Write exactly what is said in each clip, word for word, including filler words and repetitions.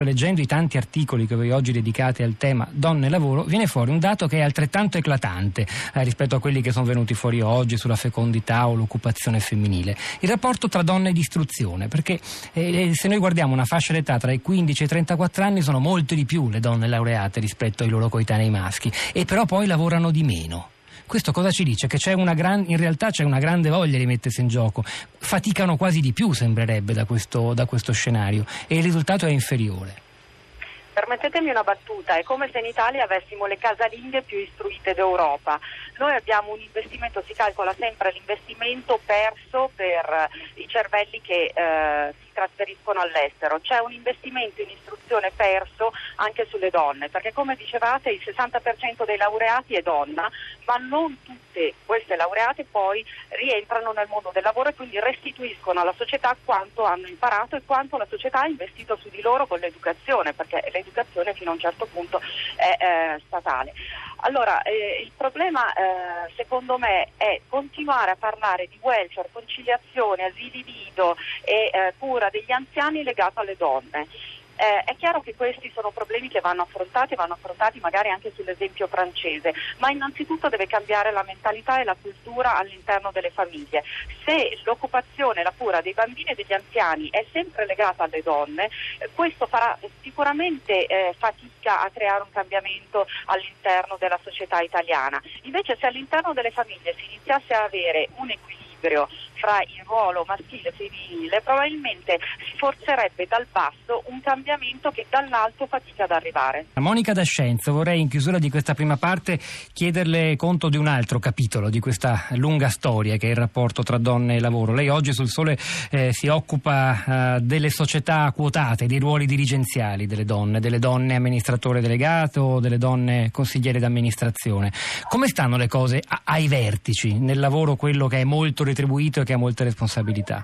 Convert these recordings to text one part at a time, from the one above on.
Leggendo i tanti articoli che voi oggi dedicate al tema donne e lavoro, viene fuori un dato che è altrettanto eclatante eh, rispetto a quelli che sono venuti fuori oggi sulla fecondità o l'occupazione femminile. Il rapporto tra donne ed istruzione, perché eh, se noi guardiamo una fascia d'età tra i quindici e i trentaquattro anni, sono molto di più le donne laureate rispetto ai loro coetanei maschi, e però poi lavorano di meno. Questo cosa ci dice? Che c'è una gran, in realtà c'è una grande voglia di mettersi in gioco, faticano quasi di più, sembrerebbe, da questo, da questo scenario, e il risultato è inferiore. Permettetemi una battuta, è come se in Italia avessimo le casalinghe più istruite d'Europa. Noi abbiamo un investimento, si calcola sempre l'investimento perso per i cervelli che eh, si trasferiscono all'estero. C'è un investimento in istruzione perso anche sulle donne, perché come dicevate il sessanta per cento dei laureati è donna, ma non tutte queste laureate poi rientrano nel mondo del lavoro e quindi restituiscono alla società quanto hanno imparato e quanto la società ha investito su di loro con l'educazione, perché l'educazione fino a un certo punto è eh, statale. Allora, eh, il problema eh, secondo me è continuare a parlare di welfare, conciliazione, asili nido e eh, cura degli anziani legato alle donne. Eh, è chiaro che questi sono problemi che vanno affrontati, vanno affrontati magari anche sull'esempio francese, ma innanzitutto deve cambiare la mentalità e la cultura all'interno delle famiglie. Se l'occupazione, la cura dei bambini e degli anziani è sempre legata alle donne, eh, questo farà sicuramente eh, fatica a creare un cambiamento all'interno della società italiana. Invece se all'interno delle famiglie si iniziasse a avere un equilibrio fra il ruolo maschile e femminile, probabilmente si forzerebbe dal basso un cambiamento che dall'alto fatica ad arrivare. Monica D'Ascenzo, vorrei in chiusura di questa prima parte chiederle conto di un altro capitolo di questa lunga storia che è il rapporto tra donne e lavoro. Lei oggi sul Sole eh, si occupa eh, delle società quotate, dei ruoli dirigenziali delle donne, delle donne amministratore delegato, delle donne consigliere d'amministrazione. Come stanno le cose a- ai vertici, nel lavoro quello che è molto retribuito e che ha molte responsabilità?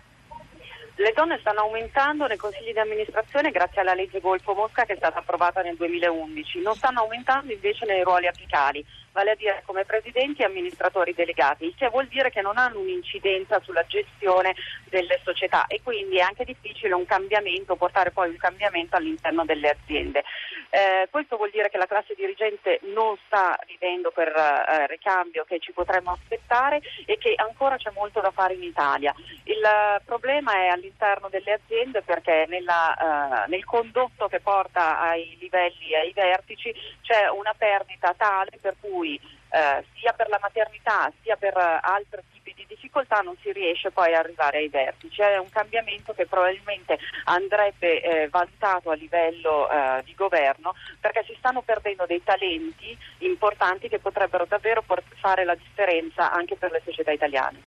Le donne stanno aumentando nei consigli di amministrazione grazie alla legge Golfo-Mosca che è stata approvata nel duemilaundici, non stanno aumentando invece nei ruoli apicali, vale a dire come presidenti e amministratori delegati, il che vuol dire che non hanno un'incidenza sulla gestione delle società e quindi è anche difficile un cambiamento, portare poi un cambiamento all'interno delle aziende. Eh, questo vuol dire che la classe dirigente non sta vivendo per eh, ricambio che ci potremmo aspettare e che ancora c'è molto da fare in Italia. Il uh, problema è all'interno delle aziende perché nella, uh, nel condotto che porta ai livelli e ai vertici c'è una perdita tale per cui uh, sia per la maternità sia per uh, altri tipi di difficoltà non si riesce poi ad arrivare ai vertici. È un cambiamento che probabilmente andrebbe eh, valutato a livello eh, di governo perché si stanno perdendo dei talenti importanti che potrebbero davvero fare la differenza anche per le società italiane.